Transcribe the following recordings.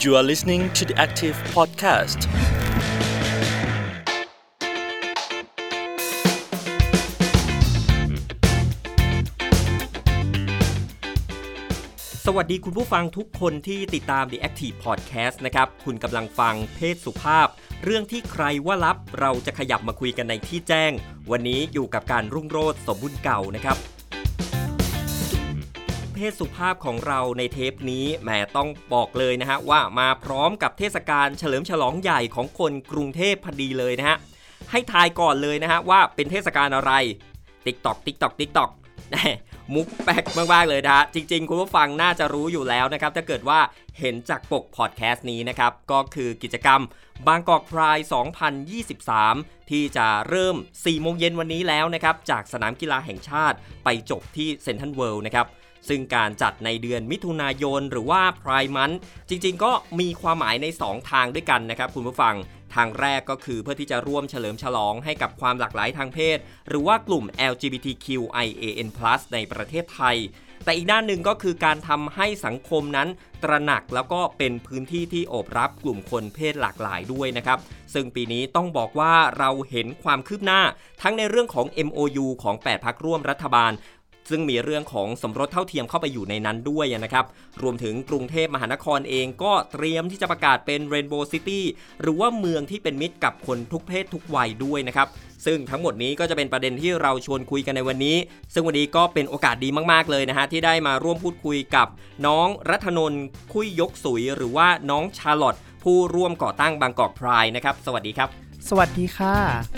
You are listening to the Active Podcast. สวัสดีคุณผู้ฟังทุกคนที่ติดตาม The Active Podcast นะครับคุณกำลังฟังเพศสุภาพเรื่องที่ใครว่าลับเราจะขยับมาคุยกันในที่แจ้งวันนี้อยู่กับการรุ่งโรจน์สมบุญเก่านะครับเพศสุภาพของเราในเทปนี้แหมต้องบอกเลยนะฮะว่ามาพร้อมกับเทศกาลเฉลิมฉลองใหญ่ของคนกรุงเทพพอดีเลยนะฮะให้ทายก่อนเลยนะฮะว่าเป็นเทศกาลอะไร TikTok มุกแปลกมากๆเลยนะฮะจริงๆคุณผู้ฟังน่าจะรู้อยู่แล้วนะครับถ้าเกิดว่าเห็นจากปกพอดแคสต์นี้นะครับก็คือกิจกรรมบางกอกไพร์ 2023 ที่จะเริ่ม 4 โมงเย็นวันนี้แล้วนะครับจากสนามกีฬาแห่งชาติไปจบที่เซ็นทรัลเวิลด์นะครับซึ่งการจัดในเดือนมิถุนายนหรือว่า Pride Month จริงๆก็มีความหมายใน 2 ทางด้วยกันนะครับคุณผู้ฟังทางแรกก็คือเพื่อที่จะร่วมเฉลิมฉลองให้กับความหลากหลายทางเพศหรือว่ากลุ่ม LGBTQIAN+ ในประเทศไทยแต่อีกด้านหนึ่งก็คือการทำให้สังคมนั้นตระหนักแล้วก็เป็นพื้นที่ที่โอบรับกลุ่มคนเพศหลากหลายด้วยนะครับซึ่งปีนี้ต้องบอกว่าเราเห็นความคืบหน้าทั้งในเรื่องของ MOU ของ 8 พรรคร่วมรัฐบาลซึ่งมีเรื่องของสมรสเท่าเทียมเข้าไปอยู่ในนั้นด้วยนะครับรวมถึงกรุงเทพมหานครเองก็เตรียมที่จะประกาศเป็น Rainbow City หรือว่าเมืองที่เป็นมิตรกับคนทุกเพศทุกวัยด้วยนะครับซึ่งทั้งหมดนี้ก็จะเป็นประเด็นที่เราชวนคุยกันในวันนี้ซึ่งวันนี้ก็เป็นโอกาสดีมากๆเลยนะฮะที่ได้มาร่วมพูดคุยกับน้องรัฐนนท์คุยยกสุยหรือว่าน้องชาร์ลอตผู้ร่วมก่อตั้งบางกอกไพร์นะครับสวัสดีครับสวัสดีค่ะ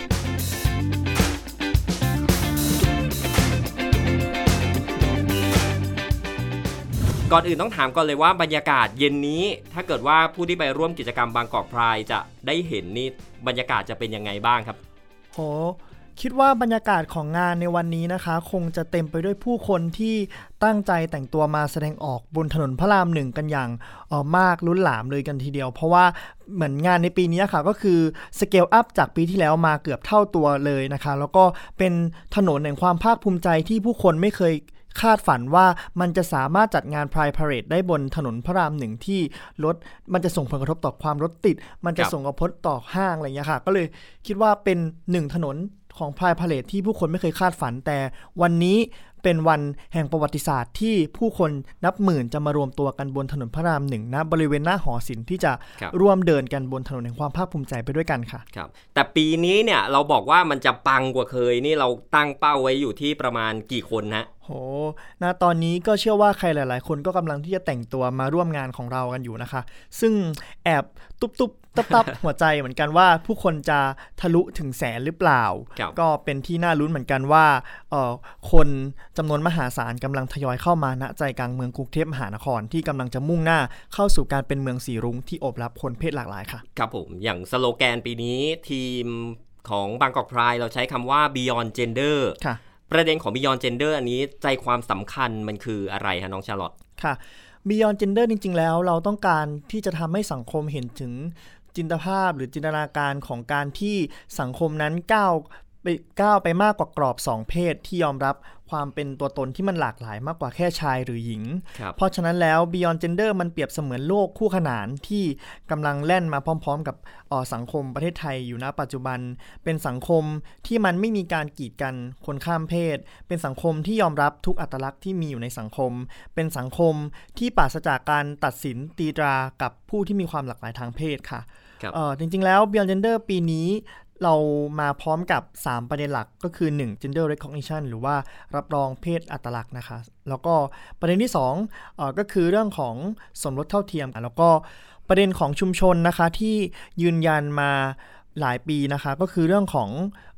ก่อนอื่นต้องถามก่อนเลยว่าบรรยากาศเย็นนี้ถ้าเกิดว่าผู้ที่ไปร่วมกิจกรรมบางกอกไพร์จะได้เห็นนี่บรรยากาศจะเป็นยังไงบ้างครับคิดว่าบรรยากาศของงานในวันนี้นะคะคงจะเต็มไปด้วยผู้คนที่ตั้งใจแต่งตัวมาแสดงออกบนถนนพระราม1กันอย่างมากล้นหลามเลยกันทีเดียวเพราะว่าเหมือนงานในปีนี้ค่ะก็คือสเกลอัพจากปีที่แล้วมาเกือบเท่าตัวเลยนะคะแล้วก็เป็นถนนแห่งความภาคภูมิใจที่ผู้คนไม่เคยคาดฝันว่ามันจะสามารถจัดงาน Pride Parade ได้บนถนนพระราม1ที่มันจะส่งผลกระทบต่อความรถติดมันจะส่งผลกระทบต่อห้างอะไรอย่างเงี้ยค่ะก็เลยคิดว่าเป็น1ถนนของ Pride Parade ที่ผู้คนไม่เคยคาดฝันแต่วันนี้เป็นวันแห่งประวัติศาสตร์ที่ผู้คนนับหมื่นจะมารวมตัวกันบนถนนพระราม1นะบริเวณหน้าหอศิลป์ที่จะร่วมเดินกันบนถนนแห่งความภาคภูมิใจไปด้วยกันค่ะครับแต่ปีนี้เนี่ยเราบอกว่ามันจะปังกว่าเคยนี่เราตั้งเป้าไว้อยู่ที่ประมาณกี่คนฮะตอนนี้ก็เชื่อว่าใครหลายๆคนก็กำลังที่จะแต่งตัวมาร่วมงานของเรากันอยู่นะคะซึ่งแอบตุ๊บตับหัวใจเหมือนกันว่าผู้คนจะทะลุถึงแสนหรือเปล่าก็เป็นที่น่าลุ้นเหมือนกันว่าคนจำนวนมหาศาลกำลังทยอยเข้ามาณใจกลางเมืองกรุงเทพมหานครที่กำลังจะมุ่งหน้าเข้าสู่การเป็นเมืองสีรุ้งที่โอบรับคนเพศหลากหลายค่ะครับผมอย่างสโลแกนปีนี้ทีมของบางกอกไพร์เราใช้คำว่า Beyond Gender ค่ะประเด็นของ Beyond Gender อันนี้ใจความสำคัญมันคืออะไรฮะน้องชาร์ลอตค่ะ Beyond Gender จริงๆแล้วเราต้องการที่จะทำให้สังคมเห็นถึงจินตภาพหรือจินตนาการของการที่สังคมนั้นก้าวไปมากกว่ากรอบ2เพศที่ยอมรับความเป็นตัวตนที่มันหลากหลายมากกว่าแค่ชายหรือหญิงเพราะฉะนั้นแล้ว Beyond Gender มันเปรียบเสมือนโลกคู่ขนานที่กำลังแล่นมาพร้อมๆกับสังคมประเทศไทยอยู่ณปัจจุบันเป็นสังคมที่มันไม่มีการกีดกันคนข้ามเพศเป็นสังคมที่ยอมรับทุกอัตลักษณ์ที่มีอยู่ในสังคมเป็นสังคมที่ปราศจากการตัดสินตีตรากับผู้ที่มีความหลากหลายทางเพศค่ะจริงๆแล้ว Beyond Gender ปีนี้เรามาพร้อมกับ3ประเด็นหลักก็คือ1 Gender Recognition หรือว่ารับรองเพศอัตลักษณ์นะคะแล้วก็ประเด็นที่2ก็คือเรื่องของสมรสเท่าเทียมแล้วก็ประเด็นของชุมชนนะคะที่ยืนยันมาหลายปีนะคะก็คือเรื่องของ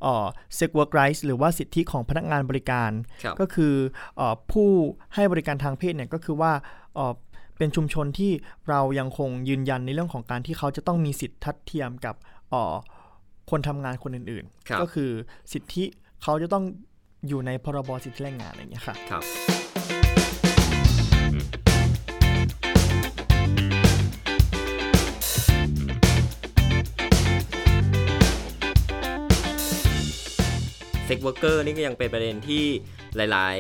Sex Work Rights หรือว่าสิทธิของพนักงานบริการก็คือผู้ให้บริการทางเพศเนี่ยก็คือว่าเป็นชุมชนที่เรายังคงยืนยันในเรื่องของการที่เขาจะต้องมีสิทธิทัดเทียมกับคนทำงานคนอื่นๆก็คือสิทธิเขาจะต้องอยู่ในพรบสิทธิแรงงานอะไรอย่างเงี้ยค่ะครับ Sex Worker นี่ก็ยังเป็นประเด็นที่หลายๆ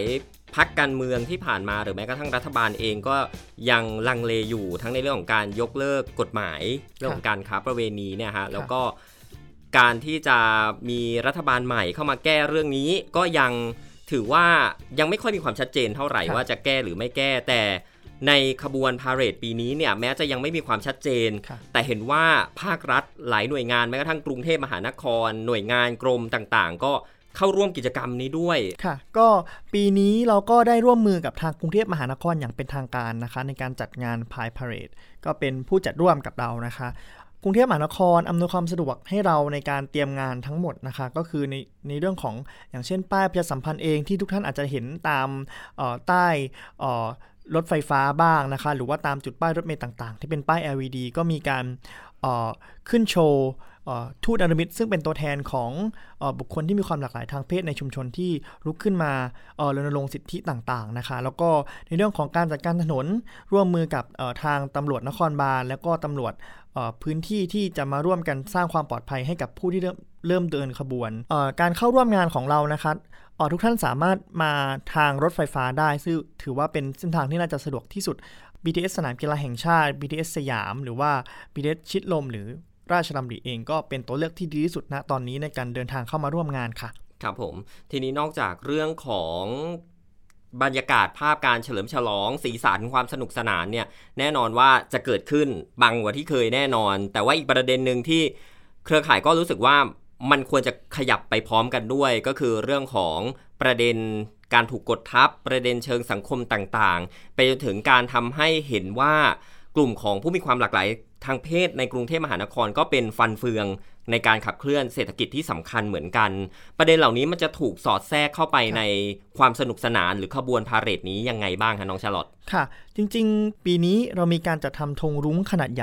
พรรคการเมืองที่ผ่านมาหรือแม้กระทั่งรัฐบาลเองก็ยังลังเลอยู่ทั้งในเรื่องของการยกเลิกกฎหมายเรื่องของการค้าประเวณีเนี่ยฮะแล้วก็การที่จะมีรัฐบาลใหม่เข้ามาแก้เรื่องนี้ก็ยังถือว่ายังไม่ค่อยมีความชัดเจนเท่าไหร่ว่าจะแก้หรือไม่แก้แต่ในขบวนพาเหรดปีนี้เนี่ยแม้จะยังไม่มีความชัดเจนแต่เห็นว่าภาครัฐหลายหน่วยงานแม้กระทั่งกรุงเทพมหานครหน่วยงานกรมต่างๆก็เข้าร่วมกิจกรรมนี้ด้วยค่ะก็ปีนี้เราก็ได้ร่วมมือกับทางกรุงเทพมหานครอย่างเป็นทางการนะคะในการจัดงานพายพาเหรดก็เป็นผู้จัดร่วมกับเรานะคะกรุงเทพมหานครอำนวยความสะดวกให้เราในการเตรียมงานทั้งหมดนะคะก็คือในเรื่องของอย่างเช่นป้ายประชาสัมพันธ์เองที่ทุกท่านอาจจะเห็นตามใต้รถไฟฟ้าบ้างนะคะหรือว่าตามจุดป้ายรถเมล์ต่างๆที่เป็นป้าย LED ก็มีการขึ้นโชว์ทูตอารามิดซึ่งเป็นตัวแทนของบุคคลที่มีความหลากหลายทางเพศในชุมชนที่ลุกขึ้นมารณรงค์สิทธิต่างๆนะคะแล้วก็ในเรื่องของการจัดการถนนร่วมมือกับทางตำรวจนครบาลแล้วก็ตำรวจพื้นที่ที่จะมาร่วมกันสร้างความปลอดภัยให้กับผู้ที่เริ่มเดินขบวนการเข้าร่วมงานของเรานะคะทุกท่านสามารถมาทางรถไฟฟ้าได้ซึ่งถือว่าเป็นเส้นทางที่น่าจะสะดวกที่สุด BTS สนามกีฬาแห่งชาติ BTS สยามหรือว่า BTS ชิดลมหรือราชดำริเองก็เป็นตัวเลือกที่ดีที่สุดณตอนนี้ในการเดินทางเข้ามาร่วมงานค่ะครับผมทีนี้นอกจากเรื่องของบรรยากาศภาพการเฉลิมฉลองสีสันความสนุกสนานเนี่ยแน่นอนว่าจะเกิดขึ้นบังกว่าที่เคยแน่นอนแต่ว่าอีกประเด็นนึงที่เครือข่ายก็รู้สึกว่ามันควรจะขยับไปพร้อมกันด้วยก็คือเรื่องของประเด็นการถูกกดทับประเด็นเชิงสังคมต่างๆไปจนถึงการทำให้เห็นว่ากลุ่มของผู้มีความหลากหลายทางเพศในกรุงเทพมหานครก็เป็นฟันเฟืองในการขับเคลื่อนเศรษฐกิจที่สำคัญเหมือนกันประเด็นเหล่านี้มันจะถูกสอดแทรกเข้าไปในความสนุกสนานหรือขบวนพาเหรดนี้ยังไงบ้างคะน้องชาร์ลอตค่ะจริงๆปีนี้เรามีการจัดทำธงรุ้งขนาดใหญ่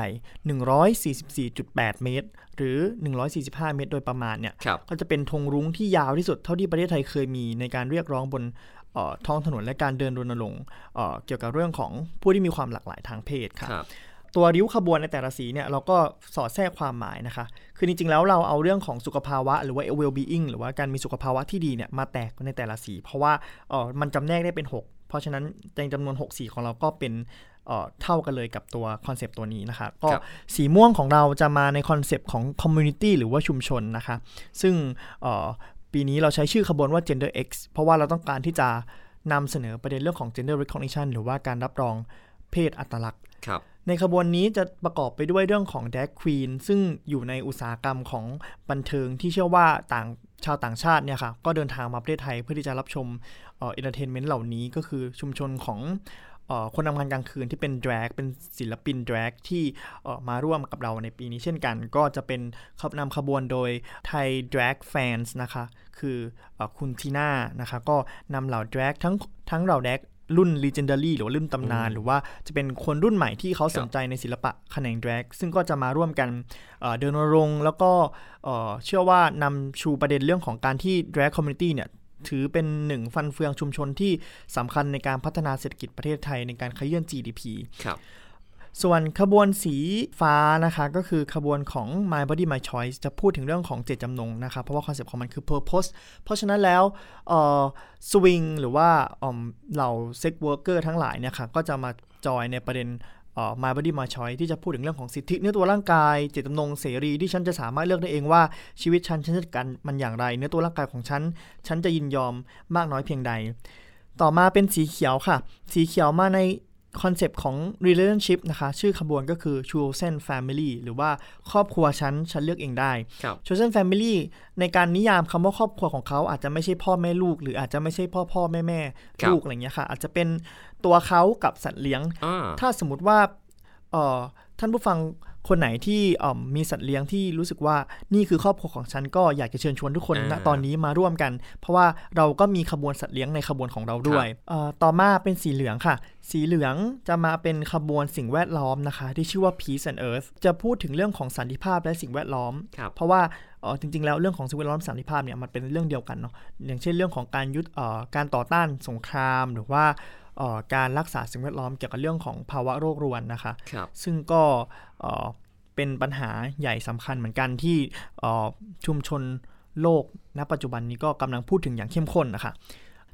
144.8 เมตรหรือ145เมตรโดยประมาณเนี่ยก็จะเป็นธงรุ้งที่ยาวที่สุดเท่าที่ประเทศไทยเคยมีในการเรียกร้องบนท้องถนนและการเดินรณรงค์เกี่ยวกับเรื่องของผู้ที่มีความหลากหลายทางเพศค่ะตัวริ้วขบวนในแต่ละสีเนี่ยเราก็สอดแทรกความหมายนะคะคือจริงๆแล้วเราเอาเรื่องของสุขภาวะหรือว่า well-being หรือว่าการมีสุขภาวะที่ดีเนี่ยมาแตกในแต่ละสีเพราะว่ามันจำแนกได้เป็น6เพราะฉะนั้นในจำนวน6สีของเราก็เป็นเท่ากันเลยกับตัวคอนเซปต์ตัวนี้นะคะก็สีม่วงของเราจะมาในคอนเซปต์ของ community หรือว่าชุมชนนะคะซึ่งปีนี้เราใช้ชื่อขบวนว่า Gender X เพราะว่าเราต้องการที่จะนำเสนอประเด็นเรื่องของ Gender Recognition หรือว่าการรับรองเพศอัตลักษณ์ในขบวนนี้จะประกอบไปด้วยเรื่องของ Drag Queen ซึ่งอยู่ในอุตสาหกรรมของบันเทิงที่เชื่อว่าชาวต่างชาติเนี่ยค่ะก็เดินทางมาประเทศไทยเพื่อที่จะรับชมentertainment เหล่านี้ก็คือชุมชนของคนทำงานกลางคืนที่เป็น drag เป็นศิลปิน drag ที่มาร่วมกับเราในปีนี้เช่นกันก็จะเป็นนำขบวนโดยไทย drag fans นะคะคือคุณทีน่านะคะก็นำเหล่า drag ทั้งเหล่า drag รุ่น legendary หรือรุ่นตำนานหรือว่าจะเป็นคนรุ่นใหม่ที่เขาสนใจในศิลปะแขนง drag ซึ่งก็จะมาร่วมกันเดินรณรงค์แล้วก็เชื่อว่านำชูประเด็นเรื่องของการที่ drag community เนี่ยถือเป็นหนึ่งฟันเฟืองชุมชนที่สำคัญในการพัฒนาเศรษฐกิจประเทศไทยในการขยื่น GDP ครับส่วนขบวนสีฟ้านะคะก็คือขบวนของ My Body My Choice จะพูดถึงเรื่องของเจตจำนงนะคะเพราะว่าคอนเซ็ปต์ของมันคือ purpose เพราะฉะนั้นแล้วสวิงหรือว่าเหล่า sex worker ทั้งหลายเนี่ยค่ะก็จะมาจอยในประเด็นMy Body My Choice ที่จะพูดถึงเรื่องของสิทธิเนื้อตัวร่างกายเจตจำนงเสรีที่ฉันจะสามารถเลือกได้เองว่าชีวิตฉันจะจัดการมันอย่างไรเนื้อตัวร่างกายของฉันจะยินยอมมากน้อยเพียงใดต่อมาเป็นสีเขียวค่ะสีเขียวมาในคอนเซปต์ของ relationship นะคะชื่อขบวนก็คือ chosen family หรือว่าครอบครัวฉันเลือกเองได้ chosen family ในการนิยามคำว่าครอบครัวของเขาอาจจะไม่ใช่พ่อแม่ลูกหรืออาจจะไม่ใช่พ่อแม่ลูกอะไรเงี้ยค่ะอาจจะเป็นตัวเขากับสัตว์เลี้ยงถ้าสมมติว่าท่านผู้ฟังคนไหนที่มีสัตว์เลี้ยงที่รู้สึกว่านี่คือครอบครัวของฉันก็อยากจะเชิญชวนทุกคนณตอนนี้มาร่วมกันเพราะว่าเราก็มีขบวนสัตว์เลี้ยงในขบวนของเราด้วยต่อมาเป็นสีเหลืองค่ะสีเหลืองจะมาเป็นขบวนสิ่งแวดล้อมนะคะที่ชื่อว่า Peace and Earth จะพูดถึงเรื่องของสันติภาพและสิ่งแวดล้อมเพราะว่าจริงๆแล้วเรื่องของสิ่งแวดล้อมสันติภาพเนี่ยมันเป็นเรื่องเดียวกันเนาะอย่างเช่นเรื่องของการต่อต้านสงครามหรือว่าการรักษาสิ่งแวดล้อมเกี่ยวกับเรื่องของภาวะโรครวนนะคะซึ่งก็เป็นปัญหาใหญ่สำคัญเหมือนกันที่ชุมชนโลกณปัจจุบันนี้ก็กำลังพูดถึงอย่างเข้มข้นนะคะ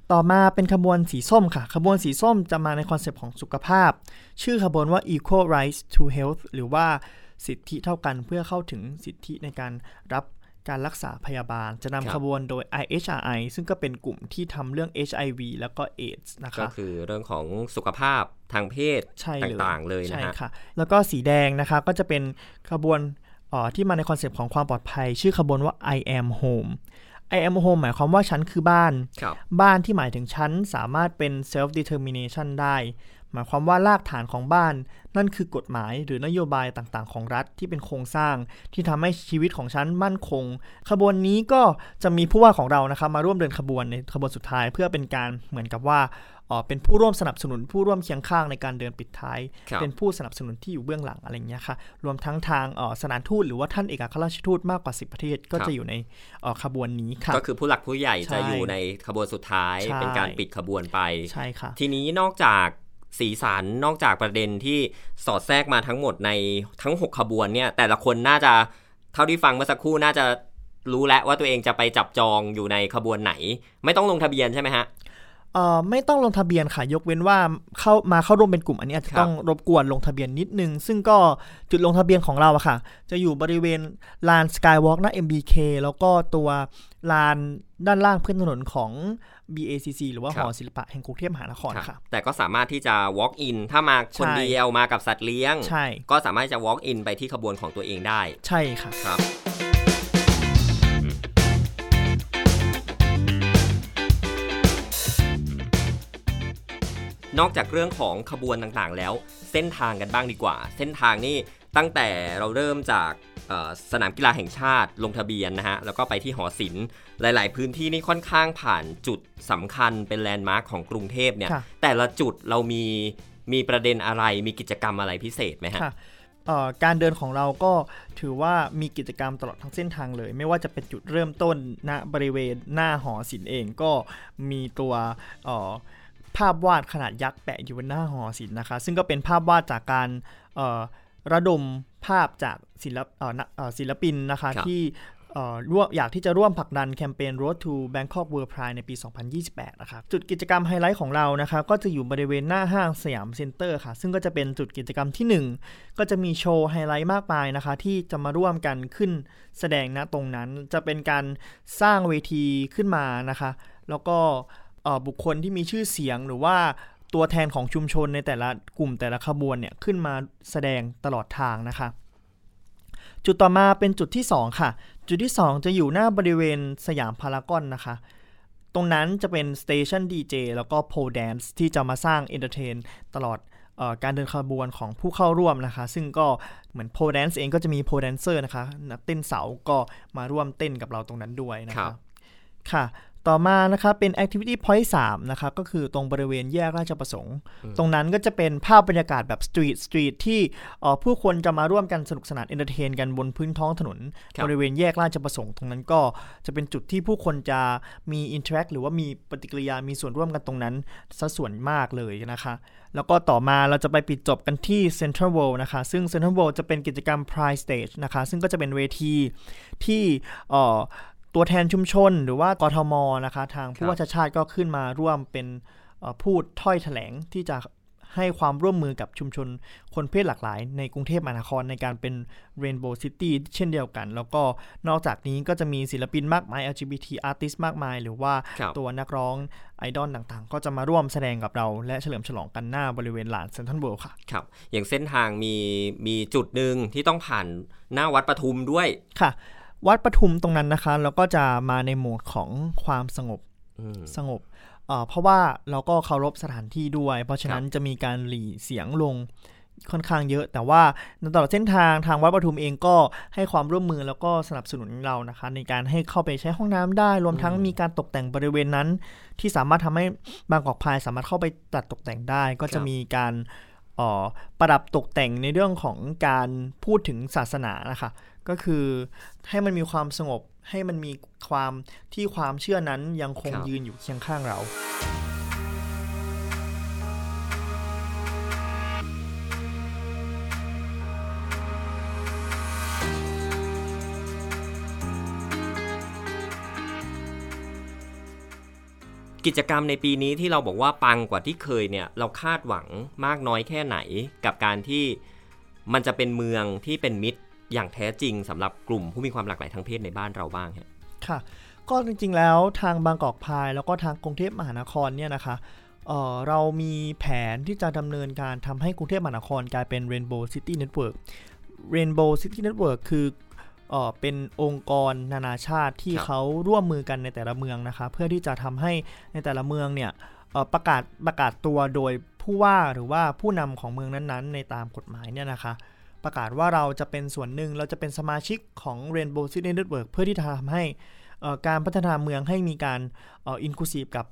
ต่อมาเป็นขบวนสีส้มค่ะขบวนสีส้มจะมาในคอนเซปต์ของสุขภาพชื่อขบวนว่า Equal Rights to Health หรือว่าสิทธิเท่ากันเพื่อเข้าถึงสิทธิในการรับการรักษาพยาบาลจะนำขบวนโดย IHRI ซึ่งก็เป็นกลุ่มที่ทำเรื่อง HIV แล้วก็ AIDS นะคะก็คือเรื่องของสุขภาพทางเพศต่างๆเลยนะฮะแล้วก็สีแดงนะคะก็จะเป็นขบวนที่มาในคอนเซปต์ของความปลอดภัยชื่อขบวนว่า I am home I am home หมายความว่าฉันคือบ้านบ้านที่หมายถึงฉันสามารถเป็น self determination ได้หมายความว่ารากฐานของบ้านนั่นคือกฎหมายหรือนโยบายต่างๆของรัฐที่เป็นโครงสร้างที่ทำให้ชีวิตของฉันมั่นคงขบวนนี้ก็จะมีผู้ว่าของเรานะครับมาร่วมเดินขบวนในขบวนสุดท้ายเพื่อเป็นการเหมือนกับว่าเป็นผู้ร่วมสนับสนุนผู้ร่วมเคียงข้างในการเดินปิดท้ายเป็นผู้สนับสนุนที่อยู่เบื้องหลังอะไรเงี้ยค่ะรวมทั้งทางสถานทูตหรือว่าท่านเอกอัครราชทูตมากกว่า10ประเทศก็จะอยู่ในขบวนนี้ค่ะก็คือผู้หลักผู้ใหญ่จะอยู่ในขบวนสุดท้ายเป็นการปิดขบวนไปใช่ค่ะทีนี้นอกจากสีสันนอกจากประเด็นที่สอดแทรกมาทั้งหมดในทั้ง6ขบวนเนี่ยแต่ละคนน่าจะเท่าที่ฟังเมื่อสักครู่น่าจะรู้แล้วว่าตัวเองจะไปจับจองอยู่ในขบวนไหนไม่ต้องลงทะเบียนใช่ไหมฮะไม่ต้องลงทะเบียนค่ะยกเว้นว่าเข้าร่วมเป็นกลุ่มอันนี้อาจจะต้องรบกวนลงทะเบียนนิดนึงซึ่งก็จุดลงทะเบียนของเราอะค่ะจะอยู่บริเวณลาน Skywalk หน้า MBK แล้วก็ตัวลานด้านล่างพื้นถนนของ BACC หรือว่าหอศิลปะแห่งกรุงเทพมหานครค่ะแต่ก็สามารถที่จะ walk in ถ้ามาคนเดียวมากับสัตว์เลี้ยงก็สามารถจะ walk in ไปที่ขบวนของตัวเองได้ใช่ค่ะครับนอกจากเรื่องของขบวนต่างๆแล้วเส้นทางกันบ้างดีกว่าเส้นทางนี่ตั้งแต่เราเริ่มจากสนามกีฬาแห่งชาติลงทะเบียนนะฮะแล้วก็ไปที่หอศิลป์หลายๆพื้นที่นี่ค่อนข้างผ่านจุดสำคัญเป็นแลนด์มาร์คของกรุงเทพเนี่ยแต่ละจุดเรามีประเด็นอะไรมีกิจกรรมอะไรพิเศษไหมฮะการเดินของเราก็ถือว่ามีกิจกรรมตลอดทั้งเส้นทางเลยไม่ว่าจะเป็นจุดเริ่มต้นณบริเวณหน้าหอศิลป์เองก็มีตัวภาพวาดขนาดยักษ์แปะอยู่บนหน้าหอศิลป์นะคะซึ่งก็เป็นภาพวาดจากการระดมภาพจากศิลปินนะคะที่อยากที่จะร่วมผลักดันแคมเปญ Road to Bangkok World Pride ในปี 2028 นะครับจุดกิจกรรมไฮไลท์ของเรานะคะก็จะอยู่บริเวณหน้าห้างสยามเซ็นเตอร์ค่ะซึ่งก็จะเป็นจุดกิจกรรมที่1ก็จะมีโชว์ไฮไลท์มากมายนะคะที่จะมาร่วมกันขึ้นแสดงณตรงนั้นจะเป็นการสร้างเวทีขึ้นมานะคะแล้วก็บุคคลที่มีชื่อเสียงหรือว่าตัวแทนของชุมชนในแต่ละกลุ่มแต่ละขบวนเนี่ยขึ้นมาแสดงตลอดทางนะคะจุดต่อมาเป็นจุดที่2ค่ะจุดที่2จะอยู่หน้าบริเวณสยามพารากอนนะคะตรงนั้นจะเป็นสเตชันดีเจแล้วก็โพลแดนซ์ที่จะมาสร้างเอนเตอร์เทนตลอดการเดินขบวนของผู้เข้าร่วมนะคะซึ่งก็เหมือนโพลแดนซ์เองก็จะมีโพลแดนเซอร์นะคะนักเต้นเสาก็มาร่วมเต้นกับเราตรงนั้นด้วยนะคะค่ะต่อมานะคะเป็น Activity Point 3นะคะก็คือตรงบริเวณแยกราชประสงค์ตรงนั้นก็จะเป็นภาพบรรยากาศแบบสตรีทที่ผู้คนจะมาร่วมกันสนุกสนานเอนเตอร์เทนกันบนพื้นท้องถนนบริเวณแยกราชประสงค์ตรงนั้นก็จะเป็นจุดที่ผู้คนจะมีอินเทอร์แอคหรือว่ามีปฏิกิริยามีส่วนร่วมกันตรงนั้นซะส่วนมากเลยนะคะแล้วก็ต่อมาเราจะไปปิดจบกันที่ Central World นะคะซึ่ง Central World จะเป็นกิจกรรม Pride Stage นะคะซึ่งก็จะเป็นเวทีที่ตัวแทนชุมชนหรือว่ากทมนะคะทางผู้ว่าชาติก็ขึ้นมาร่วมเป็นพูดถ้อยแถลงที่จะให้ความร่วมมือกับชุมชนคนเพศหลากหลายในกรุงเทพมหานครในการเป็น Rainbow City เช่นเดียวกันแล้วก็นอกจากนี้ก็จะมีศิลปินมากมาย LGBT artist มากมายหรือว่าตัวนักร้องไอดอลต่างๆก็จะมาร่วมแสดงกับเราและเฉลิมฉลองกันหน้าบริเวณลานเซ็นทรัลเวิลด์ค่ะครับอย่างเส้นทางมีจุดนึงที่ต้องผ่านหน้าวัดปทุมด้วยค่ะวัดปทุมตรงนั้นนะคะเราก็จะมาในโหมดของความสงบเพราะว่าเราก็เคารพสถานที่ด้วยเพราะฉะนั้นจะมีการหลีเสียงลงค่อนข้างเยอะแต่ว่าในตลอดเส้นทางวัดปทุมเองก็ให้ความร่วมมือแล้วก็สนับสนุนเรานะคะในการให้เข้าไปใช้ห้องน้ำได้รวมทั้งมีการตกแต่งบริเวณนั้นที่สามารถทำให้บางกอกพายสามารถเข้าไปตัดตกแต่งได้ก็จะมีการประดับตกแต่งในเรื่องของการพูดถึงศาสนานะคะก็คือให้มันมีความสงบให้มันมีความที่ความเชื่อนั้นยังคงยืนอยู่เคียงข้างเรากิจกรรมในปีนี้ที่เราบอกว่าปังกว่าที่เคยเนี่ยเราคาดหวังมากน้อยแค่ไหนกับการที่มันจะเป็นเมืองที่เป็นมิตรอย่างแท้จริงสำหรับกลุ่มผู้มีความหลากหลายทางเพศในบ้านเราบ้างครับค่ะก็จริงๆแล้วทางบางกอกพายแล้วก็ทางกรุงเทพมหานครเนี่ยนะคะเรามีแผนที่จะดำเนินการทำให้กรุงเทพมหานครกลายเป็น Rainbow City Network Rainbow City Network คือเป็นองค์กรนานาชาติที่เขาร่วมมือกันในแต่ละเมืองนะคะเพื่อที่จะทำให้ในแต่ละเมืองเนี่ยประกาศตัวโดยผู้ว่าหรือว่าผู้นำของเมืองนั้นๆในตามกฎหมายเนี่ยนะคะประกาศว่าเราจะเป็นส่วนหนึ่งเราจะเป็นสมาชิกของ Rainbow City Network เพื่อที่จะทำให้การพัฒนาเมืองให้มีการinclusive กับ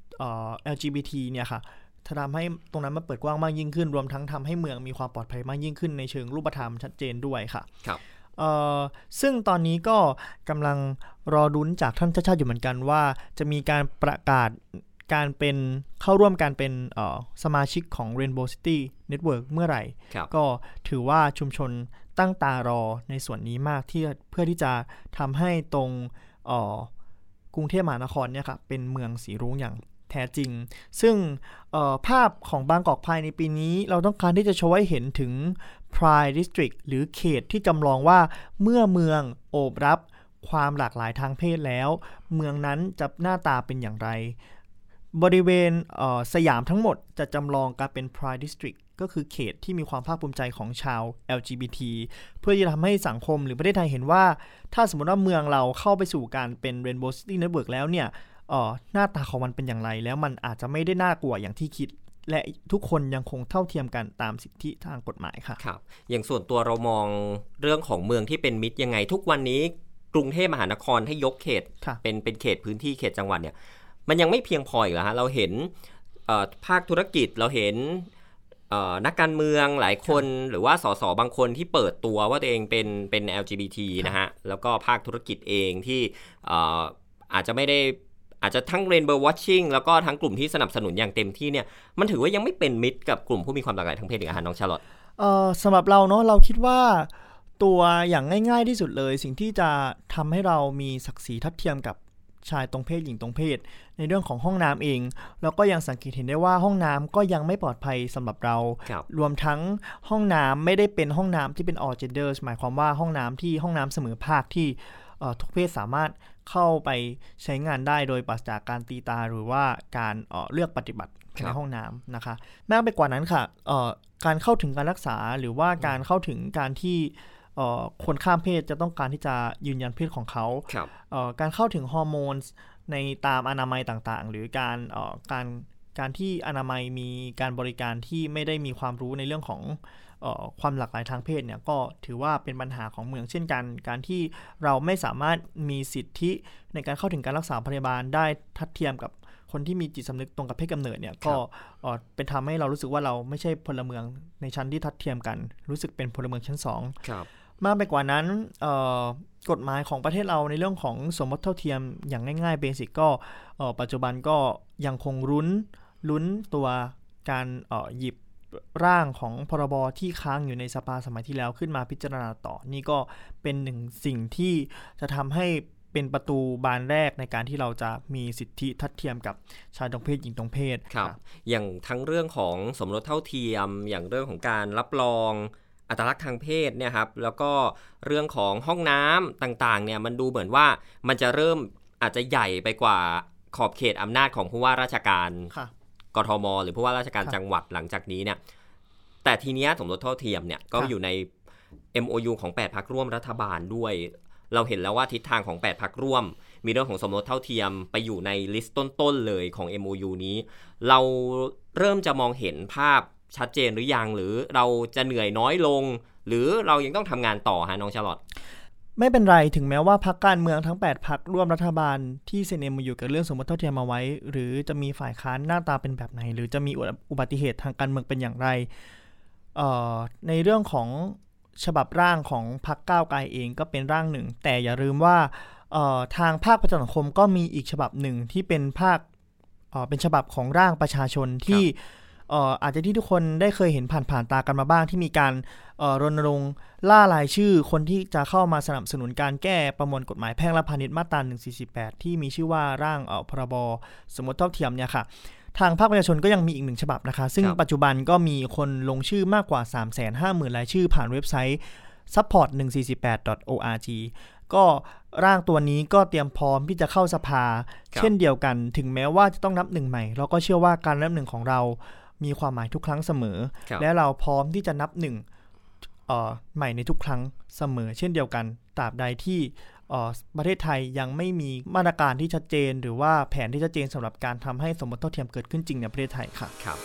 LGBT เนี่ยค่ะทำให้ตรงนั้นมันเปิดกว้างมากยิ่งขึ้นรวมทั้งทำให้เมืองมีความปลอดภัยมากยิ่งขึ้นในเชิงรูปธรรมชัดเจนด้วยค่ะครับซึ่งตอนนี้ก็กำลังรอลุ้นจากท่านชาติชาติอยู่เหมือนกันว่าจะมีการประกาศการเป็นเข้าร่วมการเป็นสมาชิกของ Rainbow City Network เมื่อไหร่ก็ถือว่าชุมชนตั้งตารอในส่วนนี้มากที่เพื่อที่จะทำให้ตรงกรุงเทพมหานครเนี่ยค่ะเป็นเมืองสีรุ้งอย่างแท้จริงซึ่งภาพของบางกอกพายในปีนี้เราต้องการที่จะโชว์ให้เห็นถึง Pride District หรือเขตที่จำลองว่าเมื่อเมืองโอบรับความหลากหลายทางเพศแล้วเมืองนั้นจะหน้าตาเป็นอย่างไรบริเวณสยามทั้งหมดจะจำลองการเป็น Pride District ก็คือเขตที่มีความภาคภูมิใจของชาว LGBT เพื่อจะทำให้สังคมหรือประเทศไทยเห็นว่าถ้าสมมติว่าเมืองเราเข้าไปสู่การเป็น Rainbow City Network แล้วเนี่ยหน้าตาของมันเป็นอย่างไรแล้วมันอาจจะไม่ได้น่ากลัวอย่างที่คิดและทุกคนยังคงเท่าเทียมกันตามสิทธิทางกฎหมายค่ะครับอย่างส่วนตัวเรามองเรื่องของเมืองที่เป็นมิตรยังไงทุกวันนี้กรุงเทพมหานครให้ยกเขตเป็นเขตพื้นที่เขตจังหวัดเนี่ยมันยังไม่เพียงพออีกเหรอฮะเราเห็นภาคธุรกิจเราเห็นนักการเมืองหลายคนหรือว่าสสบางคนที่เปิดตัวว่าตัวเองเป็น LGBT นะฮะแล้วก็ภาคธุรกิจเองที่อาจจะไม่ได้อาจจะทั้ง Rainbow Watching แล้วก็ทั้งกลุ่มที่สนับสนุนอย่างเต็มที่เนี่ยมันถือว่ายังไม่เป็นมิตรกับกลุ่มผู้มีความหลากหลายทางเพศอีกน้องชาร์ลอตสำหรับเราเนาะเราคิดว่าตัวอย่างง่ายๆที่สุดเลยสิ่งที่จะทำให้เรามีศักดิ์ศรีทัดเทียมกับชายตรงเพศหญิงตรงเพศในเรื่องของห้องน้ำเองแล้วก็ยังสังเกตเห็นได้ว่าห้องน้ำก็ยังไม่ปลอดภัยสำหรับเรารวมทั้งห้องน้ำไม่ได้เป็นห้องน้ำที่เป็น all genders หมายความว่าห้องน้ำเสมอภาคที่ทุกเพศสามารถเข้าไปใช้งานได้โดยปราศจากการตีตาหรือว่าการเลือกปฏิบัติในห้องน้ำนะคะมากไปกว่านั้นค่ะการเข้าถึงการรักษาหรือว่าการเข้าถึงการที่คนข้ามเพศจะต้องการที่จะยืนยันเพศของเขาการเข้าถึงฮอร์โมนในตามอนามัยต่างๆหรือการที่อนามัยมีการบริการที่ไม่ได้มีความรู้ในเรื่องของความหลากหลายทางเพศเนี่ยก็ถือว่าเป็นปัญหาของเมืองเช่นกันการที่เราไม่สามารถมีสิทธิในการเข้าถึงการรักษาพยาบาลได้ทัดเทียมกับคนที่มีจิตสำนึกตรงกับเพศกำเนิดเนี่ยก็เป็นทำให้เรารู้สึกว่าเราไม่ใช่พลเมืองในชั้นที่ทัดเทียมกันรู้สึกเป็นพลเมืองชั้น2มากไปกว่านั้นกฎหมายของประเทศเราในเรื่องของสมรสเท่าเทียมอย่างง่ายๆเบสิกก็ปัจจุบันก็ยังคงลุ้นตัวการหยิบร่างของพรบที่ค้างอยู่ในสภาสมัยที่แล้วขึ้นมาพิจารณาต่อนี่ก็เป็นหนึ่งสิ่งที่จะทำให้เป็นประตูบานแรกในการที่เราจะมีสิทธิทัดเทียมกับชายตรงเพศหญิงตรงเพศครับอย่างทั้งเรื่องของสมรสเท่าเทียมอย่างเรื่องของการรับรองอัตลักษณ์ทางเพศเนี่ยครับแล้วก็เรื่องของห้องน้ำต่างๆเนี่ยมันดูเหมือนว่ามันจะเริ่มอาจจะใหญ่ไปกว่าขอบเขตอำนาจของผู้ว่าราชการกทมหรือผู้ว่าราชการจังหวัดหลังจากนี้เนี่ยแต่ทีนี้สมรสเท่าเทียมเนี่ยก็อยู่ใน MOU ของ8พรรคร่วมรัฐบาลด้วยเราเห็นแล้วว่าทิศทางของ8พรรคร่วมมีเรื่องของสมรสเท่าเทียมไปอยู่ในลิสต์ต้นๆเลยของ MOU นี้เราเริ่มจะมองเห็นภาพชัดเจนหรือยังหรือเราจะเหนื่อยน้อยลงหรือเรายังต้องทำงานต่อฮะน้องชาร์ลอตไม่เป็นไรถึงแม้ว่าพรรคการเมืองทั้ง8พรรคร่วมรัฐบาลที่เซ็น MOU กับเรื่องสมรสเท่าเทียมมาไว้หรือจะมีฝ่ายค้านหน้าตาเป็นแบบไหนหรือจะมีอุบัติเหตุทางการเมืองเป็นอย่างไรในเรื่องของฉบับร่างของพรรคก้าวไกลเองก็เป็นร่างหนึ่งแต่อย่าลืมว่าทางภาคประชาสังคมก็มีอีกฉบับหนึ่งที่เป็นเป็นฉบับของร่างประชาชนที่อาจจะที่ทุกคนได้เคยเห็นผ่านตากันมาบ้างที่มีการรณรงค์ล่ารายชื่อคนที่จะเข้ามาสนับสนุนการแก้ประมวลกฎหมายแพ่งและพาณิชย์มาตรา148ที่มีชื่อว่าร่างพรบสมรสเท่าเทียมเนี่ยค่ะทางภาคประชาชนก็ยังมีอีก1ฉบับนะคะซึ่งปัจจุบันก็มีคนลงชื่อมากกว่า 350,000 รายชื่อผ่านเว็บไซต์ support148.org ก็ร่างตัวนี้ก็เตรียมพร้อมที่จะเข้าสภาเช่นเดียวกันถึงแม้ว่าจะต้องนับหนึ่งใหม่เราก็เชื่อว่าการนับหนึ่งของเรามีความหมายทุกครั้งเสมอและเราพร้อมที่จะนับหนึ่งใหม่ในทุกครั้งเสมอเช่นเดียวกันตราบใดที่ประเทศไทยยังไม่มีมาตรการที่ชัดเจนหรือว่าแผนที่ชัดเจนสำหรับการทำให้สมรสเท่าเทียมเกิดขึ้นจริงในประเทศไทยค่ะครับ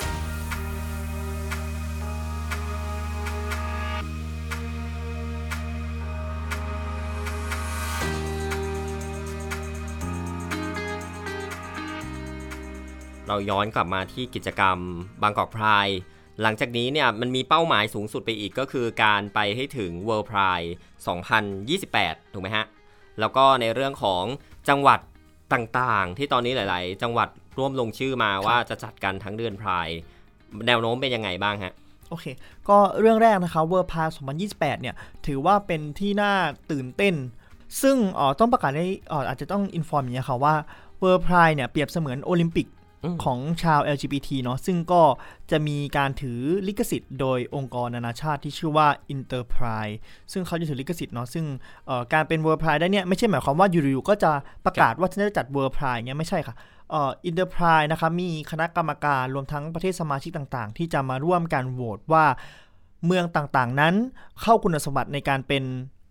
เราย้อนกลับมาที่กิจกรรมบางกอกไพร์หลังจากนี้เนี่ยมันมีเป้าหมายสูงสุดไปอีกก็คือการไปให้ถึง World Pride 2028 ถูกไหมฮะแล้วก็ในเรื่องของจังหวัดต่างๆที่ตอนนี้หลายๆจังหวัดร่วมลงชื่อมาว่าจะจัดกันทั้งเดือนไพร์แนวโน้มเป็นยังไงบ้างฮะโอเคก็เรื่องแรกนะคะ World Pride 2028 เนี่ยถือว่าเป็นที่น่าตื่นเต้นซึ่งต้องประกาศให้อาจจะต้องอินฟอร์มอย่างนี้ค่ะว่า World Pride เนี่ยเปรียบเสมือนโอลิมปิกของชาว LGBT เนาะซึ่งก็จะมีการถือลิขสิทธิ์โดยองค์กรนานาชาติที่ชื่อว่า Interpride ซึ่งเขาจะถือลิขสิทธิ์เนาะซึ่งการเป็น World Pride ได้เนี่ยไม่ใช่หมายความว่าอยู่ๆก็จะประกาศว่าจะจัด World Pride เงี้ยไม่ใช่ค่ะInterpride นะคะมีคณะกรรมการรวมทั้งประเทศสมาชิกต่างๆที่จะมาร่วมกันโหวตว่าเมืองต่างๆนั้นเข้าคุณสมบัติในการเป็น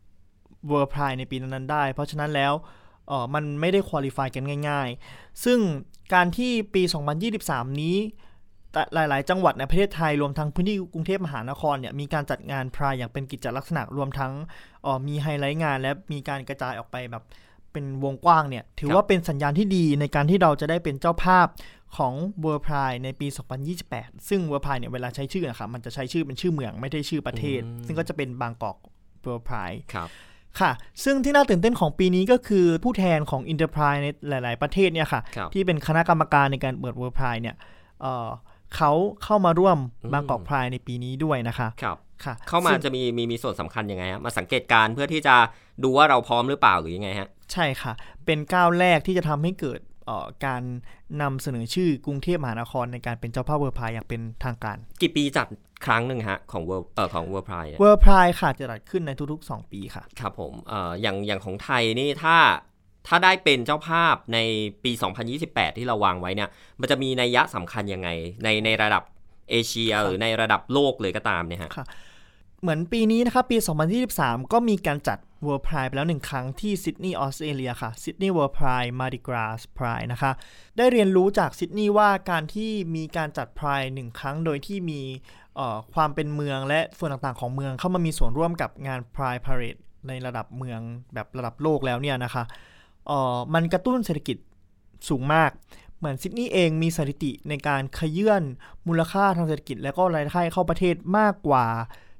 World Pride ในปีนั้นๆได้เพราะฉะนั้นแล้วมันไม่ได้ควอลิฟายกันง่ายๆซึ่งการที่ปี 2023 นี้หลายๆจังหวัดในประเทศไทยรวมทั้งพื้นที่กรุงเทพมหานครเนี่ยมีการจัดงานพรายอย่างเป็นกิจลักษณะรวมทั้งมีไฮไลท์งานและมีการกระจายออกไปแบบเป็นวงกว้างเนี่ยถือว่าเป็นสัญญาณที่ดีในการที่เราจะได้เป็นเจ้าภาพของ World Pride ในปี 2028 ซึ่ง World Pride เนี่ยเวลาใช้ชื่อนะครับมันจะใช้ชื่อเป็นชื่อเมืองไม่ได้ชื่อประเทศซึ่งก็จะเป็นบางกอก World Pride ค่ะซึ่งที่น่าตื่นเต้นของปีนี้ก็คือผู้แทนของ Enterprise ในหลายๆประเทศเนี่ยค่ะที่เป็นคณะกรรมการในการเปิด World Pride เนี่ยเขาเข้ามาร่วมบางกอก Pride ในปีนี้ด้วยนะคะค่ะเข้ามาจะมีส่วนสำคัญยังไงฮะมาสังเกตการเพื่อที่จะดูว่าเราพร้อมหรือเปล่าหรือยังไงฮะใช่ค่ะเป็นก้าวแรกที่จะทำให้เกิดการนำเสนอชื่อกรุงเทพมหานครในการเป็นเจ้าภาพ World Pride อย่างเป็นทางการกี่ปีจัดครั้งหนึ่งฮะของ World Pride World Pride ค่ะจะจัดขึ้นในทุกๆ2ปีค่ะครับผมอย่างของไทยนี่ถ้าได้เป็นเจ้าภาพในปี 2028 ที่เราวางไว้เนี่ยมันจะมีนัยยะสำคัญยังไงในระดับเอเชียหรือในระดับโลกเลยก็ตามเนี่ยฮะเหมือนปีนี้นะครับปี 2023 ก็มีการจัด World Pride ไปแล้ว1ครั้งที่ซิดนีย์ออสเตรเลียค่ะ Sydney World Pride Mardi Gras Pride นะคะได้เรียนรู้จากซิดนีย์ว่าการที่มีการจัด Pride 1ครั้งโดยที่มีความเป็นเมืองและส่วนต่างๆของเมืองเข้ามามีส่วนร่วมกับงาน Pride Parade ในระดับเมืองแบบระดับโลกแล้วเนี่ยนะคะมันกระตุ้นเศรษฐกิจสูงมากเหมือนซิดนีย์เองมีสถิติในการขยื่นมูลค่าทางเศรษฐกิจและก็รายได้เข้าประเทศมากกว่า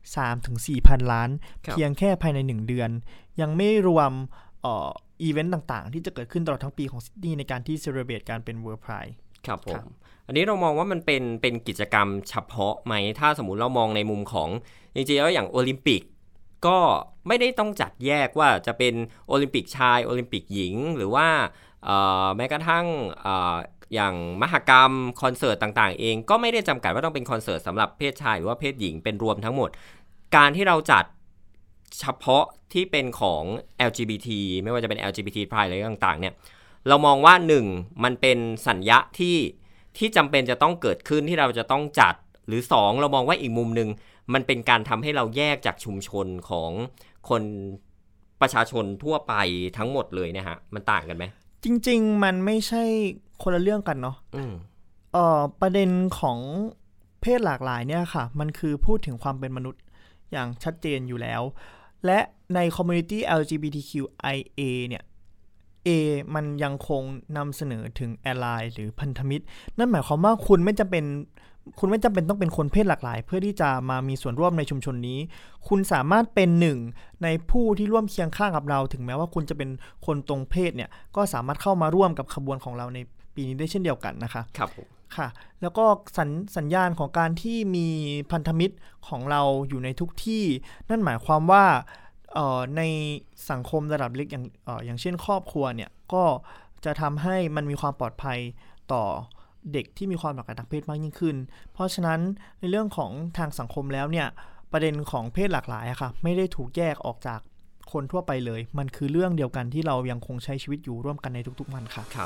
3-4,000 ล้านเพียงแค่ภายใน1เดือนยังไม่รวมอีเวนต์ต่างๆที่จะเกิดขึ้นตลอดทั้งปีของซิดนีย์ในการที่เซเลบเรตการเป็น World Pride ครับผมอันนี้เรามองว่ามันเป็นกิจกรรมเฉพาะไหมถ้าสมมุติเรามองในมุมของจริงๆแล้วอย่างโอลิมปิกก็ไม่ได้ต้องจัดแยกว่าจะเป็นโอลิมปิกชายโอลิมปิกหญิงหรือว่าแม้กระทั่งอย่างมหกรรมคอนเสิร์ตต่างๆเองก็ไม่ได้จำกัดว่าต้องเป็นคอนเสิร์ตสำหรับเพศชายหรือว่าเพศหญิงเป็นรวมทั้งหมดการที่เราจัดเฉพาะที่เป็นของ LGBT ไม่ว่าจะเป็น LGBT Pride อะไรต่างๆเนี่ยเรามองว่า1มันเป็นสัญญาที่จำเป็นจะต้องเกิดขึ้นที่เราจะต้องจัดหรือ2เรามองว่าอีกมุมนึงมันเป็นการทำให้เราแยกจากชุมชนของคนประชาชนทั่วไปทั้งหมดเลยนะฮะมันต่างกันไหมจริงๆมันไม่ใช่คนละเรื่องกันเนาะประเด็นของเพศหลากหลายเนี่ยค่ะมันคือพูดถึงความเป็นมนุษย์อย่างชัดเจนอยู่แล้วและในคอมมูนิตี้ LGBTQIA เนี่ยมันยังคงนำเสนอถึง ally หรือพันธมิตรนั่นหมายความว่าคุณไม่จำเป็นต้องเป็นคนเพศหลากหลายเพื่อที่จะมามีส่วนร่วมในชุมชนนี้คุณสามารถเป็นหนึ่งในผู้ที่ร่วมเคียงข้างกับเราถึงแม้ว่าคุณจะเป็นคนตรงเพศเนี่ยก็สามารถเข้ามาร่วมกับขบวนของเราในปีนี้ได้เช่นเดียวกันนะคะครับค่ะแล้วก็สัญญาณของการที่มีพันธมิตรของเราอยู่ในทุกที่นั่นหมายความว่าในสังคมระดับเล็กอย่างเช่นครอบครัวเนี่ยก็จะทำให้มันมีความปลอดภัยต่อเด็กที่มีความหลากหลายทางเพศมากยิ่งขึ้นเพราะฉะนั้นในเรื่องของทางสังคมแล้วเนี่ยประเด็นของเพศหลากหลายอะค่ะไม่ได้ถูกแยกออกจากคนทั่วไปเลยมันคือเรื่องเดียวกันที่เรายังคงใช้ชีวิตอยู่ร่วมกันในทุกๆวันค่ะครับ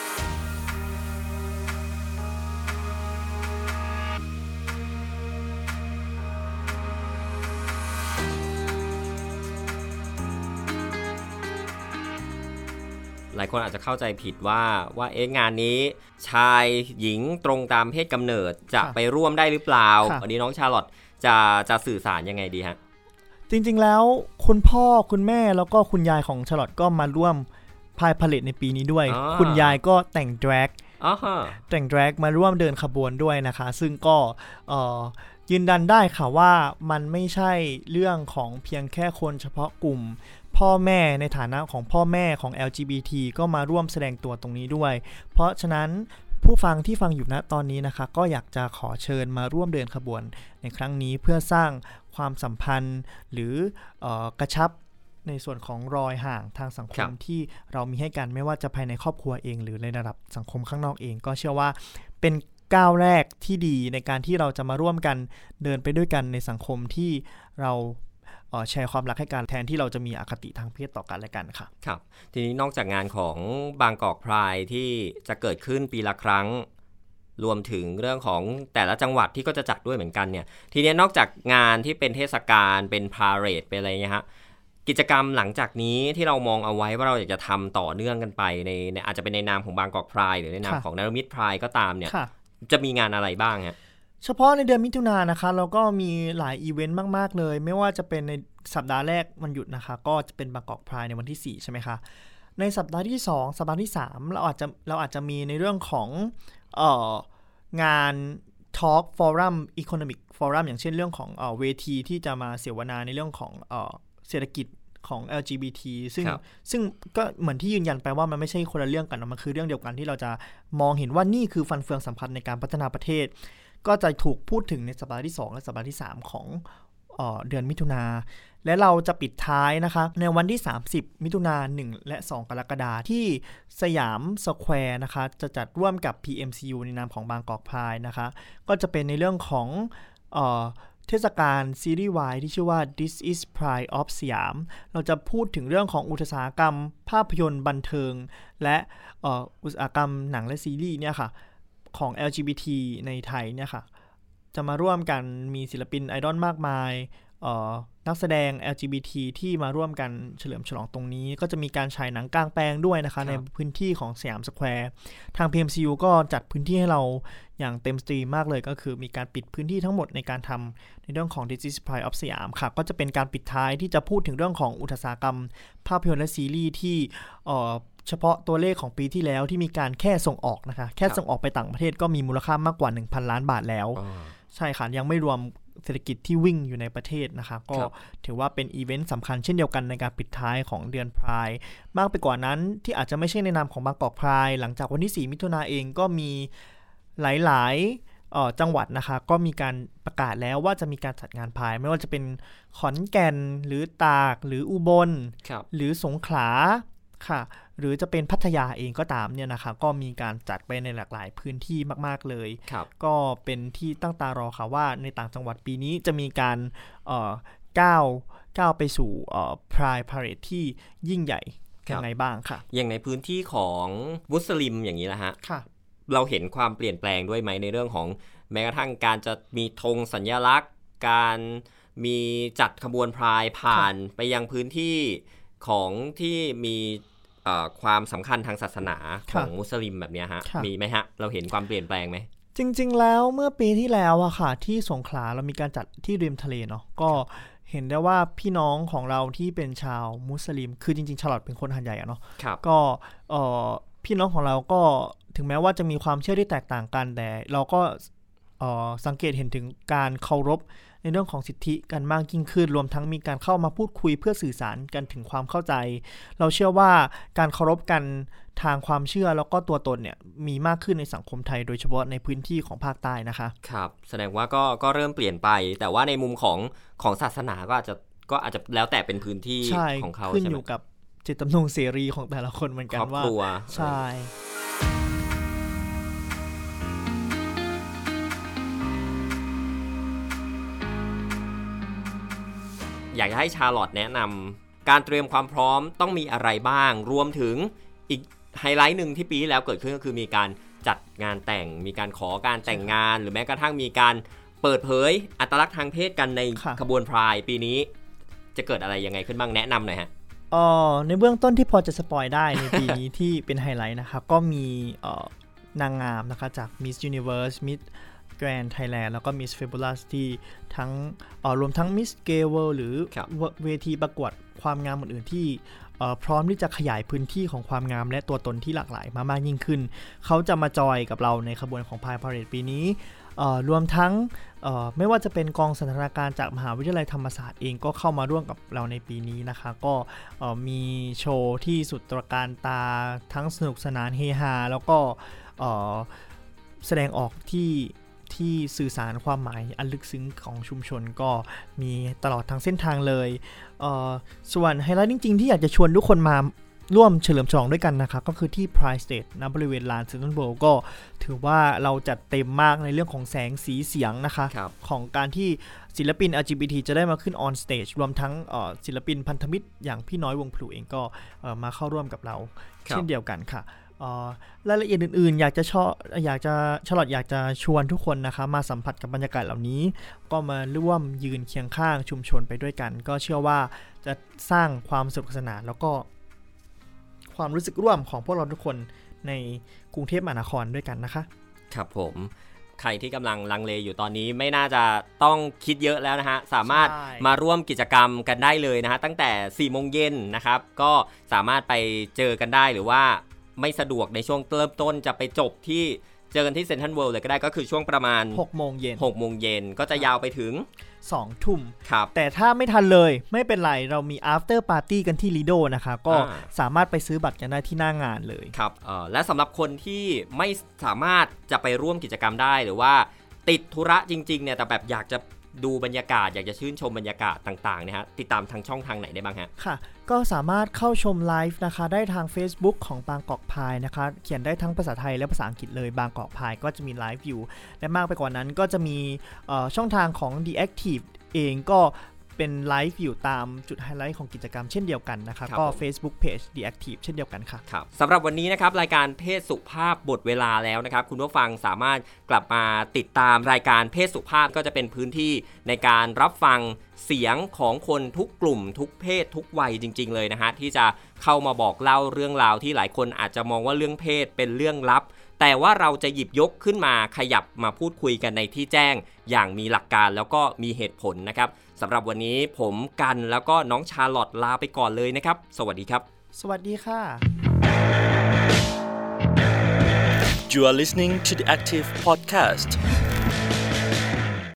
หลายคนอาจจะเข้าใจผิดว่างานนี้ชายหญิงตรงตามเพศกำเนิดจะไปร่วมได้หรือเปล่าวันนี้น้องชาร์ลอตจะสื่อสารยังไงดีฮะจริงๆแล้วคุณพ่อคุณแม่แล้วก็คุณยายของชาร์ลอตก็มาร่วมพายพาเลทในปีนี้ด้วยคุณยายก็แต่งแดร็กมาร่วมเดินขบวนด้วยนะคะซึ่งก็ยืนยันได้ค่ะว่ามันไม่ใช่เรื่องของเพียงแค่คนเฉพาะกลุ่มพ่อแม่ในฐานะของพ่อแม่ของ LGBT ก็มาร่วมแสดงตัวตรงนี้ด้วยเพราะฉะนั้นผู้ฟังที่ฟังอยู่ณตอนนี้นะคะก็อยากจะขอเชิญมาร่วมเดินขบวนในครั้งนี้เพื่อสร้างความสัมพันธ์หรือกระชับในส่วนของรอยห่างทางสังคมที่เรามีให้กันไม่ว่าจะภายในครอบครัวเองหรือในระดับสังคมข้างนอกเองก็เชื่อว่าเป็นก้าวแรกที่ดีในการที่เราจะมาร่วมกันเดินไปด้วยกันในสังคมที่เราแชร์ความรักให้กันแทนที่เราจะมีอคติทางเพศต่อกันและกันค่ะครับทีนี้นอกจากงานของบางกอกไพร์ที่จะเกิดขึ้นปีละครั้งรวมถึงเรื่องของแต่ละจังหวัดที่ก็จะจัดด้วยเหมือนกันเนี่ยทีนี้นอกจากงานที่เป็นเทศกาลเป็นพาเหรดเป็นอะไรเงี้ยฮะกิจกรรมหลังจากนี้ที่เรามองเอาไว้ว่าเราอยากจะทำต่อเนื่องกันไปในอาจจะเป็นในนามของบางกอกไพร์หรือในนามของนรมิตไพร์ก็ตามเนี่ยจะมีงานอะไรบ้างฮะเฉพาะในเดือนมิถุนายนนะคะเราก็มีหลายอีเวนต์มากๆเลยไม่ว่าจะเป็นในสัปดาห์แรกวันหยุดนะคะก็จะเป็นบางกอกไพร์ในวันที่4ใช่ไหมคะในสัปดาห์ที่2สัปดาห์ที่3เราอาจจะมีในเรื่องของงาน Talk Forum Economic Forum อย่างเช่นเรื่องของเวทีที่จะมาเสวนาในเรื่องของเศรษฐกิจของ LGBT ซึ่งก็เหมือนที่ยืนยันไปว่ามันไม่ใช่คนละเรื่องกันมันคือเรื่องเดียวกันที่เราจะมองเห็นว่านี่คือฟันเฟืองสำคัญในการพัฒนาประเทศก็จะถูกพูดถึงในสัปดาห์ที่2และสัปดาห์ที่3ของเดือนมิถุนาและเราจะปิดท้ายนะคะในวันที่30มิถุนายน1และ2กรกฎาคมที่สยามสแควร์นะคะจะจัดร่วมกับ PMCU ในนามของบางกอกไพร์นะคะก็จะเป็นในเรื่องของเทศกาลซีรีส์วายที่ชื่อว่า This is Pride of Siam เราจะพูดถึงเรื่องของอุตสาหกรรมภาพยนตร์บันเทิงและอุตสาหกรรมหนังและซีรีส์เนี่ยค่ะของ LGBT ในไทยเนี่ยค่ะจะมาร่วมกันมีศิลปินไอดอลมากมายนักแสดง LGBT ที่มาร่วมกันเฉลิมฉลองตรงนี้ก็จะมีการฉายหนังกลางแปลงด้วยนะคะในพื้นที่ของสยามสแควร์ทาง PMCU ก็จัดพื้นที่ให้เราอย่างเต็มสตรีมมากเลยก็คือมีการปิดพื้นที่ทั้งหมดในการทำในเรื่องของ This is Pride of Siam ค่ะก็จะเป็นการปิดท้ายที่จะพูดถึงเรื่องของอุตสาหกรรมภาพยนตร์และซีรีส์ที่เฉพาะตัวเลขของปีที่แล้วที่มีการแค่ส่งออกนะคะแค่ส่งออกไปต่างประเทศก็มีมูลค่ามากกว่า 1,000 ล้านบาทแล้วใช่ค่ะยังไม่รวมเศรษฐกิจที่วิ่งอยู่ในประเทศนะคะก็ถือว่าเป็นอีเวนต์สำคัญเช่นเดียวกันในการปิดท้ายของเดือนไพร์มากไปกว่านั้นที่อาจจะไม่ใช่ในนามของบางกอกไพร์หลังจากวันที่4มิถุนายนเองก็มีหลายจังหวัดนะคะก็มีการประกาศแล้วว่าจะมีการจัดงานไพร์ไม่ว่าจะเป็นขอนแก่นหรือตากหรืออุบลหรือสงขลาค่ะหรือจะเป็นพัทยาเองก็ตามเนี่ยนะคะก็มีการจัดไปในหลากหลายพื้นที่มากๆเลยก็เป็นที่ตั้งตารอค่ะว่าในต่างจังหวัดปีนี้จะมีการก้าวไปสู่Pride Parade ที่ยิ่งใหญ่ยังไงบ้างค่ะอย่างในพื้นที่ของมุสลิมอย่างนี้แหละฮะเราเห็นความเปลี่ยนแปลงด้วยไหมในเรื่องของแม้กระทั่งการจะมีธงสัญลักษณ์การมีจัดขบวนพรายผ่านไปยังพื้นที่ของที่มีความสำคัญทางศาสนาของมุสลิมแบบนี้ฮะมีไหมฮะเราเห็นความเปลี่ยนแปลงไหมจริงๆแล้วเมื่อปีที่แล้วอะค่ะที่สงขลาเรามีการจัดที่ริมทะเลเนาะก็เห็นได้ว่าพี่น้องของเราที่เป็นชาวมุสลิมคือจริงๆชาร์ลอตเป็นคนหาดใหญ่อะเนาะก็พี่น้องของเราก็ถึงแม้ว่าจะมีความเชื่อที่แตกต่างกันแต่เราก็สังเกตเห็นถึงการเคารพในเรื่องของสิทธิกันมากยิ่งขึ้นรวมทั้งมีการเข้ามาพูดคุยเพื่อสื่อสารกันถึงความเข้าใจเราเชื่อว่าการเคารพกันทางความเชื่อแล้วก็ตัวตนเนี่ยมีมากขึ้นในสังคมไทยโดยเฉพาะในพื้นที่ของภาคใต้นะคะครับแสดงว่าก็เริ่มเปลี่ยนไปแต่ว่าในมุมของศาสนาก็อาจจะแล้วแต่เป็นพื้นที่ของเขาขึ้นอยู่กับเจตจำนงเสรีของแต่ละคนเหมือนกันว่าใช่อยากจะให้ชาร์ลอตแนะนำการเตรียมความพร้อมต้องมีอะไรบ้างรวมถึงอีกไฮไลท์หนึ่งที่ปีที่แล้วเกิดขึ้นก็คือมีการจัดงานแต่งมีการขอการแต่งงานหรือแม้กระทั่งมีการเปิดเผยอัตลักษณ์ทางเพศกันในขบวนพรายปีนี้จะเกิดอะไรยังไงขึ้นบ้างแนะนำหน่อยฮะในเบื้องต้นที่พอจะสปอยได้ในปีนี้ ที่เป็นไฮไลท์นะครับก็มีนางงามนะคะจาก Miss Universe Miss Grand Thailand แล้วก็ Miss Fabulous ที่ทั้งรวมทั้ง Miss Gay World หรือเวทีประกวดความงามอื่นๆที่พร้อมที่จะขยายพื้นที่ของความงามและตัวตนที่หลากหลายมากยิ่งขึ้นเขาจะมาจอยกับเราในขบวนของ Pride Parade ปีนี้รวมทั้งไม่ว่าจะเป็นกองสันทนาการจากมหาวิทยาลัยธรรมศาสตร์เองก็เข้ามาร่วมกับเราในปีนี้นะคะก็มีโชว์ที่สุดตระการตาทั้งสนุกสนานเฮฮาแล้วก็แสดงออกที่สื่อสารความหมายอันลึกซึ้งของชุมชนก็มีตลอดทั้งเส้นทางเลยส่วนไฮไลท์จริงๆที่อยากจะชวนทุกคนมาร่วมเฉลิมฉลองด้วยกันนะคะก็คือที่ Pride Stage ณบริเวณลานเซ็นทรัลเวิลด์ก็ถือว่าเราจัดเต็มมากในเรื่องของแสงสีเสียงนะคะของการที่ศิลปิน LGBT จะได้มาขึ้น on stage รวมทั้งศิลปินพันธมิตรอย่างพี่น้อยวงพลูเองก็มาเข้าร่วมกับเราเช่นเดียวกันค่ะรายละเอียดอื่นๆอยากจะชลอตอยากจะชวนทุกคนนะคะมาสัมผัสกับบรรยากาศเหล่านี้ก็มาร่วมยืนเคียงข้างชุมชนไปด้วยกันก็เชื่อว่าจะสร้างความสนุกสนานแล้วก็ความรู้สึกร่วมของพวกเราทุกคนในกรุงเทพมหานครด้วยกันนะคะครับผมใครที่กำลังลังเลอยู่ตอนนี้ไม่น่าจะต้องคิดเยอะแล้วนะฮะสามารถมาร่วมกิจกรรมกันได้เลยนะฮะตั้งแต่ 4:00 น.นะครับก็สามารถไปเจอกันได้หรือว่าไม่สะดวกในช่วงเริ่มต้นจะไปจบที่เจอกันที่เซ็นทรัลเวิลด์เลยก็ได้ก็คือช่วงประมาณ 6:00 น. ก็จะยาวไปถึง 20:00 น. ครับแต่ถ้าไม่ทันเลยไม่เป็นไรเรามี after party กันที่ Lido นะคะก็สามารถไปซื้อบัตรกันได้ที่หน้างานเลยครับและสำหรับคนที่ไม่สามารถจะไปร่วมกิจกรรมได้หรือว่าติดธุระจริงๆเนี่ยแต่แบบอยากจะดูบรรยากาศอยากจะชื่นชมบรรยากาศต่างๆนะฮะติดตามทางช่องทางไหนได้บ้างฮะค่ะก็สามารถเข้าชมไลฟ์นะคะได้ทาง Facebook ของบางกอกพายนะคะเขียนได้ทั้งภาษาไทยและภาษาอังกฤษเลยบางกอกพายก็จะมีไลฟ์อยู่และมากไปกว่านั้นก็จะมีช่องทางของ The Active เองก็เป็นไลฟ์อยู่ตามจุดไฮไลท์ของกิจกรรมเช่นเดียวกันนะคะก็ Facebook Page The Active เช่นเดียวกันค่ะครับสำหรับวันนี้นะครับรายการเพศสุภาพหมดเวลาแล้วนะครับคุณผู้ฟังสามารถกลับมาติดตามรายการเพศสุภาพก็จะเป็นพื้นที่ในการรับฟังเสียงของคนทุกกลุ่มทุกเพศทุกวัยจริงๆเลยนะฮะที่จะเข้ามาบอกเล่าเรื่องราวที่หลายคนอาจจะมองว่าเรื่องเพศเป็นเรื่องลับแต่ว่าเราจะหยิบยกขึ้นมาขยับมาพูดคุยกันในที่แจ้งอย่างมีหลักการแล้วก็มีเหตุผลนะครับสำหรับวันนี้ผมกันแล้วก็น้องชาร์ลอตลาไปก่อนเลยนะครับสวัสดีครับสวัสดีค่ะ You are listening to the Active Podcast